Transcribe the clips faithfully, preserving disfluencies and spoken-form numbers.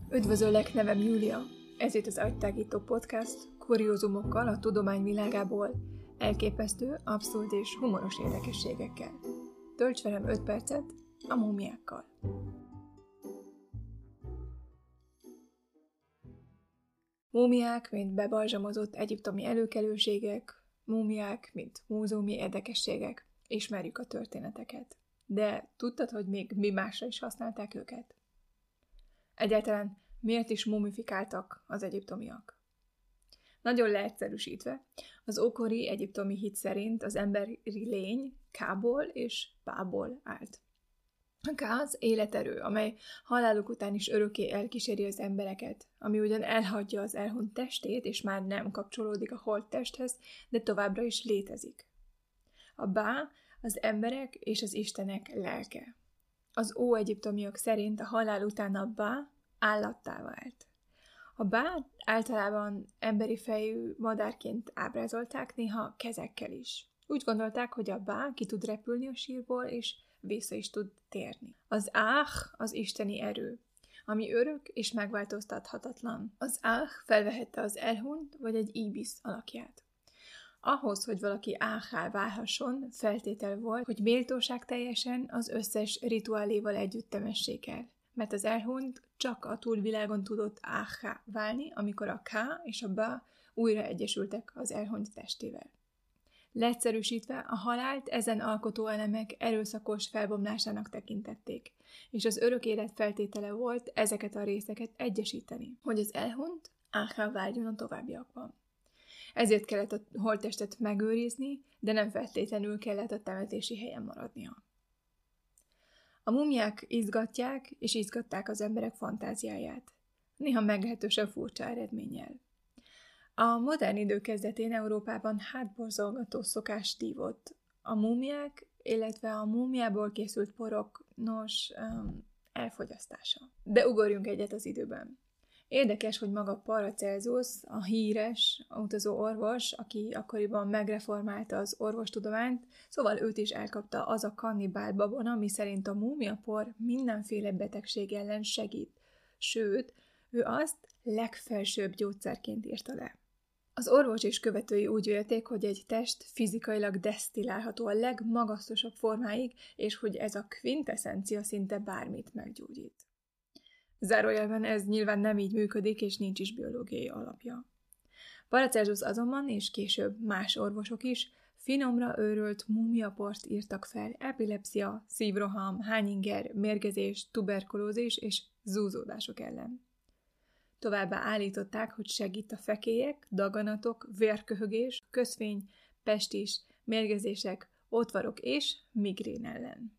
Üdvözöllek, nevem Júlia. Ez itt az Agytágító Podcast, kuriózumokkal a tudomány világából, elképesztő, abszurd és humoros érdekességekkel. Tölts velem öt percet a múmiákkal. Múmiák, mint bebalzsamozott egyiptomi előkelőségek, múmiák, mint múzeumi érdekességek, ismerjük a történeteket. De tudtad, hogy még mi másra is használták őket? Egyáltalán miért is mumifikáltak az egyiptomiak? Nagyon leegyszerűsítve, az ókori egyiptomi hit szerint az emberi lény Kából és Pából állt. A Ká az életerő, amely haláluk után is örökké elkíséri az embereket, ami ugyan elhagyja az elhunyt testét, és már nem kapcsolódik a holttesthez, de továbbra is létezik. A Bá az emberek és az istenek lelke. Az óegyiptomiak szerint a halál után a Bá állattá vált. A Bá általában emberi fejű madárként ábrázolták, néha kezekkel is. Úgy gondolták, hogy a Bá ki tud repülni a sírból, és vissza is tud térni. Az Ách az isteni erő, ami örök és megváltoztathatatlan. Az Ách felvehette az elhunyt vagy egy íbisz alakját. Ahhoz, hogy valaki áhá válhasson, feltétel volt, hogy méltóság teljesen az összes rituáléval együtt temessék el, mert az elhunyt csak a túlvilágon tudott áhá válni, amikor a Ká és a Bá újra egyesültek az elhunyt testével. Leegyszerűsítve a halált ezen alkotóelemek erőszakos felbomlásának tekintették, és az örök élet feltétele volt ezeket a részeket egyesíteni, hogy az elhunyt áhá váljon a továbbiakban. Ezért kellett a holttestet megőrizni, de nem feltétlenül kellett a temetési helyen maradnia. A mumiák izgatják és izgatták az emberek fantáziáját, néha meglehetősen furcsa eredménnyel. A modern idők kezdetén Európában hátborzolgató szokás dívott. A múmiák, illetve a múmiából készült porok, nos, um, elfogyasztása. De ugorjunk egyet az időben. Érdekes, hogy maga Paracelsus, a híres utazó orvos, aki akkoriban megreformálta az orvostudományt, szóval őt is elkapta az a kannibál babona, ami szerint a múmiapor mindenféle betegség ellen segít. Sőt, ő azt legfelsőbb gyógyszerként írta le. Az orvos és követői úgy vélték, hogy egy test fizikailag desztillálható a legmagasztosabb formáig, és hogy ez a kvintessencia szinte bármit meggyógyít. Zárójelben ez nyilván nem így működik, és nincs is biológiai alapja. Paracelsus azonban, és később más orvosok is, finomra őrölt múmiaport írtak fel epilepszia, szívroham, hányinger, mérgezés, tuberkulózis és zúzódások ellen. Továbbá állították, hogy segít a fekélyek, daganatok, vérköhögés, közfény, pestis, mérgezések, otvarok és migrén ellen.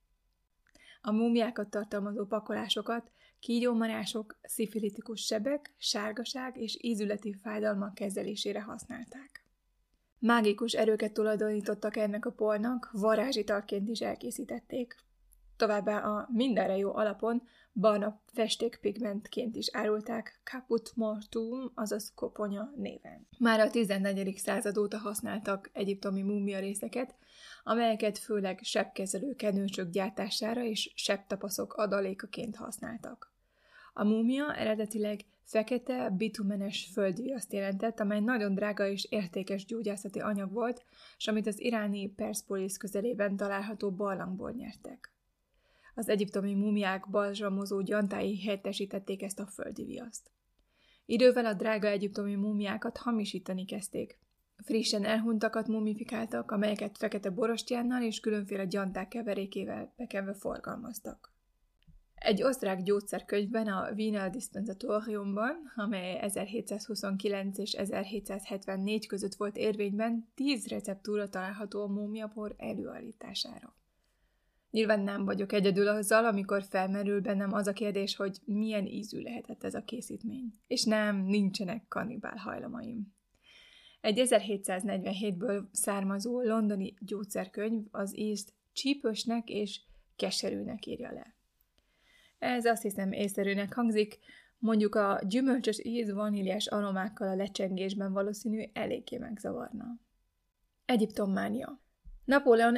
A múmiákat tartalmazó pakolásokat kígyómarások, szifilitikus sebek, sárgaság és ízületi fájdalmak kezelésére használták. Mágikus erőket tulajdonítottak ennek a pornak, varázsitalként is elkészítették. Továbbá a mindenre jó alapon barna festékpigmentként is árulták caput mortuum, azaz koponya néven. Már a tizennegyedik század óta használtak egyiptomi múmia részeket, amelyeket főleg sebkezelő kenőcsök gyártására és sebtapaszok adalékaként használtak. A múmia eredetileg fekete, bitumenes földviaszt jelentett, amely nagyon drága és értékes gyógyászati anyag volt, és amit az iráni Perspolis közelében található barlangból nyertek. Az egyiptomi múmiák balzsamozó gyantái helyettesítették ezt a földi viaszt. Idővel a drága egyiptomi múmiákat hamisítani kezdték. Frissen elhuntakat mumifikáltak, amelyeket fekete borostyánnal és különféle gyanták keverékével bekenve forgalmaztak. Egy osztrák gyógyszerkönyvben, a Wiener Dispensatoriumban, amely ezerhétszázhuszonkilenc és ezerhétszázhetvennégy között volt érvényben, tíz receptúra található a múmiapor előállítására. Nyilván nem vagyok egyedül azzal, amikor felmerül bennem az a kérdés, hogy milyen ízű lehetett ez a készítmény. És nem, nincsenek kannibál hajlamaim. Egy ezerhétszáznegyvenhétből származó londoni gyógyszerkönyv az ízt csípősnek és keserűnek írja le. Ez azt hiszem észszerűnek hangzik, mondjuk a gyümölcsös íz vaníliás aromákkal a lecsengésben valószínű eléggé megzavarna. Egyiptommánia. Napóleon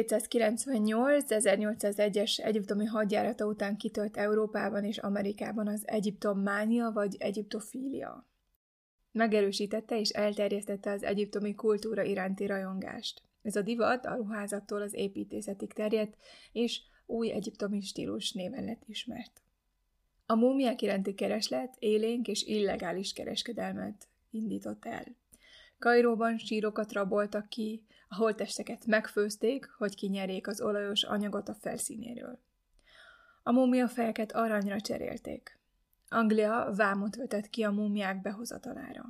ezerhétszázkilencvennyolc-ezernyolcszázegyes egyiptomi hadjárata után kitört Európában és Amerikában az egyiptommánia vagy egyiptofília. Megerősítette és elterjesztette az egyiptomi kultúra iránti rajongást. Ez a divat a ruházattól az építészetig terjedt, és új egyiptomi stílus néven lett ismert. A múmiák iránti kereslet élénk és illegális kereskedelmet indított el. Kairóban sírokat raboltak ki, a holttesteket megfőzték, hogy kinyerjék az olajos anyagot a felszínéről. A múmiafejeket aranyra cserélték. Anglia vámot vetett ki a múmiák behozatalára.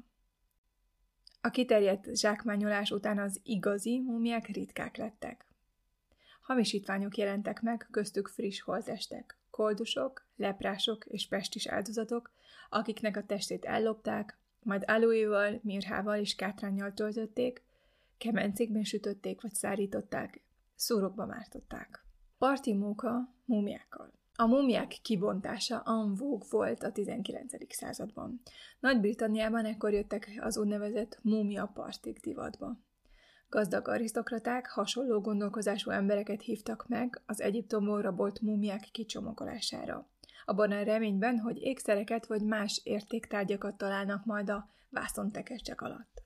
A kiterjedt zsákmányolás után az igazi múmiák ritkák lettek. Hamisítványok jelentek meg, köztük friss holttestek, koldusok, leprások és pestis áldozatok, akiknek a testét ellopták, majd aloéval, mirhával és kátránnyal töltötték, kemencékben sütötték vagy szárították, szúrokba mártották. Parti móka múmiákkal. A múmiák kibontása en vogue volt a tizenkilencedik században. Nagy-Britanniában ekkor jöttek az úgynevezett múmia partik divatba. Gazdag arisztokraták hasonló gondolkozású embereket hívtak meg az Egyiptomból rabolt múmiák kicsomagolására, abban a reményben, hogy ékszereket vagy más értéktárgyakat találnak majd a vászontekercsek alatt.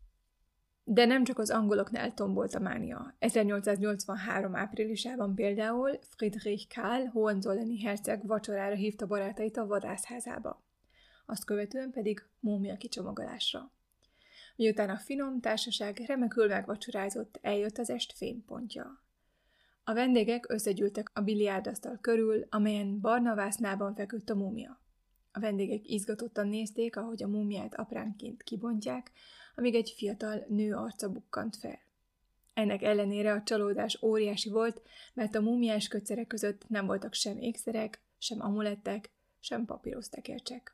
De nem csak az angoloknál tombolt a mánia. ezernyolcszáznyolcvanhárom áprilisában például Friedrich Karl Hohenzollern'i herceg vacsorára hívta barátait a vadászházába, azt követően pedig múmia kicsomagolásra. Miután a finom társaság remekül megvacsorázott, eljött az est fénypontja. A vendégek összegyűltek a biliárdasztal körül, amelyen barna vásznában feküdt a múmia. A vendégek izgatottan nézték, ahogy a múmiát apránként kibontják, amíg egy fiatal nő arca bukkant fel. Ennek ellenére a csalódás óriási volt, mert a múmiás kötszerek között nem voltak sem ékszerek, sem amulettek, sem papírosztekercsek.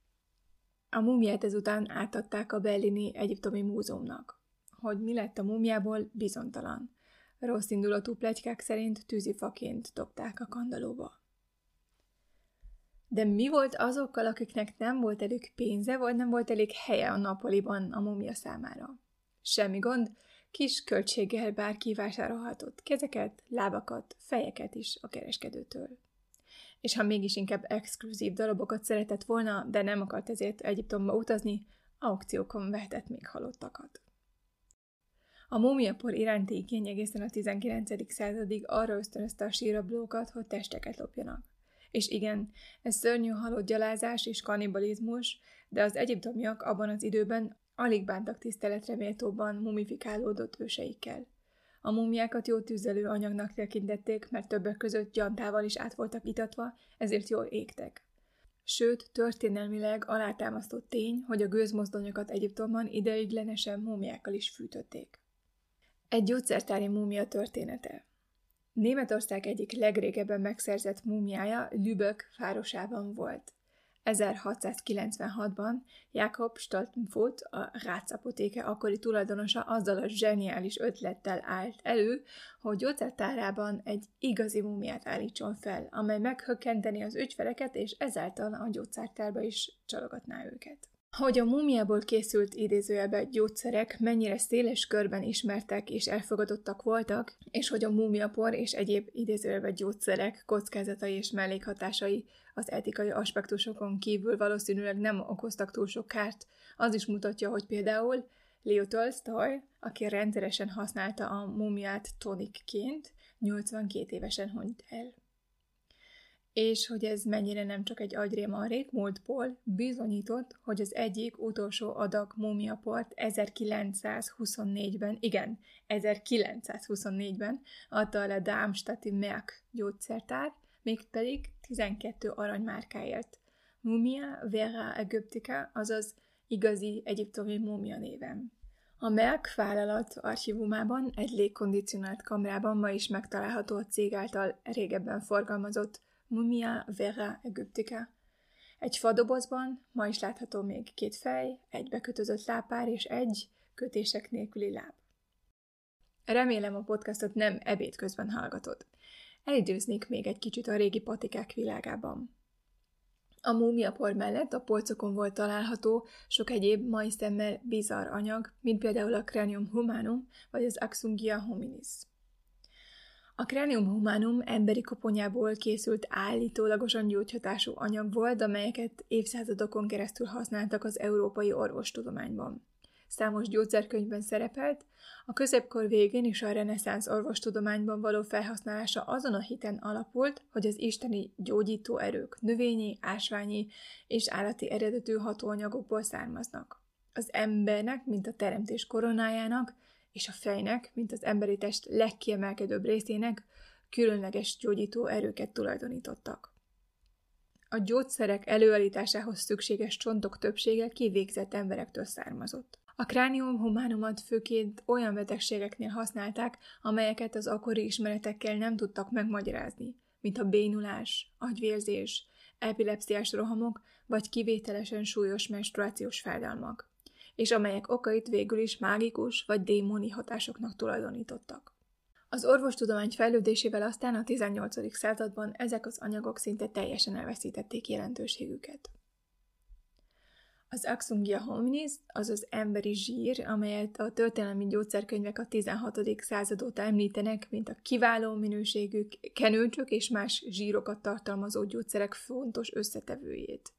A múmiát ezután átadták a berlini egyiptomi múzeumnak. Hogy mi lett a múmiából, bizonytalan. Rossz indulatú pletykák szerint tűzifaként dobták a kandallóba. De mi volt azokkal, akiknek nem volt elég pénze, vagy nem volt elég helye a Napoliban a múmia számára? Semmi gond, kis költséggel bárki vásárolhatott kezeket, lábakat, fejeket is a kereskedőtől. És ha mégis inkább exkluzív darabokat szeretett volna, de nem akart ezért Egyiptomba utazni, aukciókon vehetett még halottakat. A múmiapor iránti igény egészen a tizenkilencedik századig arra ösztönözte a sírablókat, hogy testeket lopjanak. És igen, ez szörnyű halott gyalázás és kannibalizmus, de az egyiptomiak abban az időben alig bántak tiszteletre méltóban mumifikálódott őseikkel. A múmiákat jó tüzelő anyagnak tekintették, mert többek között gyantával is át voltak itatva, ezért jól égtek. Sőt, történelmileg alátámasztott tény, hogy a gőzmozdonyokat Egyiptomban ideiglenesen múmiákkal is fűtötték. Egy gyógyszertári múmia története. Németország egyik legrégebben megszerzett múmiája Lübeck városában volt. ezerhatszázkilencvenhatban Jakob Stoltenfoht, a Rácz apotéke akkori tulajdonosa azzal a zseniális ötlettel állt elő, hogy gyógyszertárában egy igazi múmiát állítson fel, amely meghökkenteni az ügyfeleket, és ezáltal a gyógyszertárba is csalogatná őket. Hogy a múmiából készült idézőjelben gyógyszerek mennyire széles körben ismertek és elfogadottak voltak, és hogy a múmiapor és egyéb idézőjelben gyógyszerek kockázatai és mellékhatásai az etikai aspektusokon kívül valószínűleg nem okoztak túl sok kárt, az is mutatja, hogy például Leo Tolstoy, aki rendszeresen használta a múmiát tonikként, nyolcvankét évesen hunyt el. És hogy ez mennyire nem csak egy agyréma a régmúltból, bizonyított, hogy az egyik utolsó adag múmiaport ezerkilencszázhuszonnégyben, igen, ezerkilencszázhuszonnégyben adta el a Darmstadti Merck gyógyszertár, mégpedig tizenkét aranymárkáért. Mumia Vera Egyptica, azaz igazi egyiptomi múmia néven. A Merck vállalat archívumában egy légkondicionált kamrában ma is megtalálható a cég által régebben forgalmazott Mumia Vera Egyptica. Egy fadobozban ma is látható még két fej, egy bekötözött lábpár és egy kötések nélküli láb. Remélem a podcastot nem ebéd közben hallgatod. Elidőznék még egy kicsit a régi patikák világában. A múmiapor mellett a polcokon volt található sok egyéb mai szemmel bizarr anyag, mint például a Cranium humanum vagy az Axungia hominis. A Cranium humanum emberi koponyából készült állítólagosan gyógyhatású anyag volt, amelyeket évszázadokon keresztül használtak az európai orvostudományban. Számos gyógyszerkönyvben szerepelt, a középkor végén és a reneszánsz orvostudományban való felhasználása azon a hiten alapult, hogy az isteni gyógyító erők növényi, ásványi és állati eredetű hatóanyagokból származnak. Az embernek, mint a teremtés koronájának, és a fejnek, mint az emberi test legkiemelkedőbb részének különleges gyógyító erőket tulajdonítottak. A gyógyszerek előállításához szükséges csontok többsége kivégzett emberektől származott. A Cranium humanumot főként olyan betegségeknél használták, amelyeket az akkori ismeretekkel nem tudtak megmagyarázni, mint a bénulás, agyvérzés, epilepsziás rohamok vagy kivételesen súlyos menstruációs fájdalmak, és amelyek okait végül is mágikus vagy démoni hatásoknak tulajdonítottak. Az orvostudomány fejlődésével aztán a tizennyolcadik században ezek az anyagok szinte teljesen elveszítették jelentőségüket. Az Axungia hominis, azaz emberi zsír, amelyet a történelmi gyógyszerkönyvek a tizenhatodik század óta említenek, mint a kiváló minőségű kenőcsök és más zsírokat tartalmazó gyógyszerek fontos összetevőjét.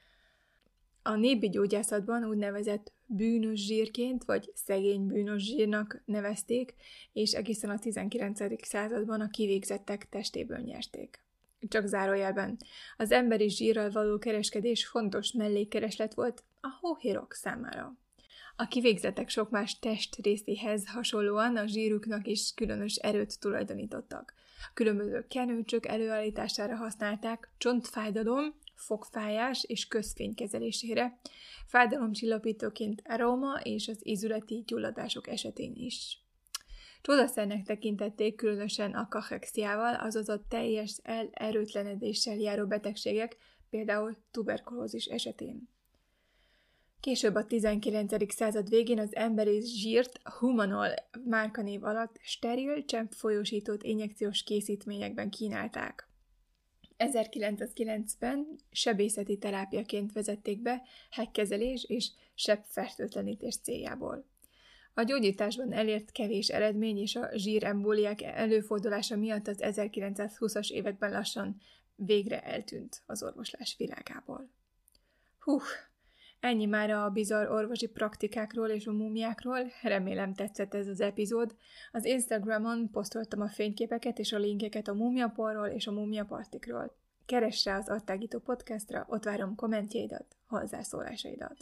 A népi gyógyászatban úgynevezett bűnös zsírként, vagy szegény bűnös zsírnak nevezték, és egészen a tizenkilencedik században a kivégzettek testéből nyerték. Csak zárójelben, az emberi zsírral való kereskedés fontos mellékkereslet volt a hóhérok számára. A kivégzettek sok más testrészéhez hasonlóan a zsíruknak is különös erőt tulajdonítottak. Különböző kenőcsök előállítására használták csontfájdalom, fogfájás és közfény kezelésére, fájdalomcsillapítóként aróma és az ízületi gyulladások esetén is. Csodaszernek tekintették különösen a kachexiával, azaz a teljes elerőtlenedéssel járó betegségek, például tuberkulózis esetén. Később a tizenkilencedik század végén az emberi zsírt Humanol márkanév alatt steril, cseppfolyósított injekciós készítményekben kínálták. ezerkilencszázkilencben sebészeti terápiaként vezették be hekkkezelés és sebbfertőtlenítés céljából. A gyógyításban elért kevés eredmény és a zsírembóliák előfordulása miatt az ezerkilencszázhúszas években lassan végre eltűnt az orvoslás világából. Hú, ennyi már a bizarr orvosi praktikákról és a múmiákról, remélem tetszett ez az epizód. Az Instagramon posztoltam a fényképeket és a linkeket a múmiaporról és a múmiapartikról. Keress rá az Agytágító podcastra, ott várom kommentjeidat, hozzászólásaidat.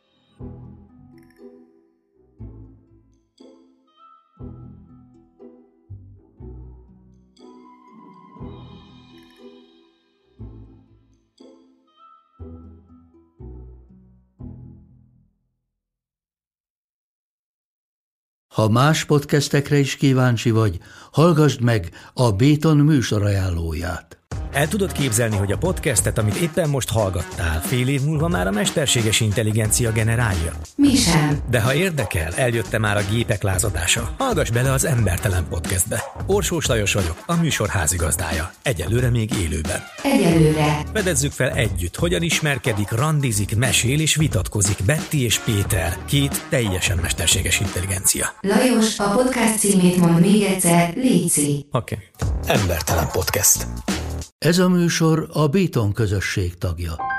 Ha más podcastekre is kíváncsi vagy, hallgassd meg a Béton műsor ajánlóját. El tudod képzelni, hogy a podcastet, amit éppen most hallgattál, fél év múlva már a mesterséges intelligencia generálja? Mi sem. De ha érdekel, eljött már a gépek lázadása. Hallgass bele az Embertelen podcastbe. Orsós Lajos vagyok, a műsor házigazdája. Egyelőre még élőben. Egyelőre. Fedezzük fel együtt, hogyan ismerkedik, randizik, mesél és vitatkozik Betty és Péter, két teljesen mesterséges intelligencia. Lajos, a podcast címét mond még egyszer, léci. Oké. Okay. Embertelen podcast. Ez a műsor a Béton közösség tagja.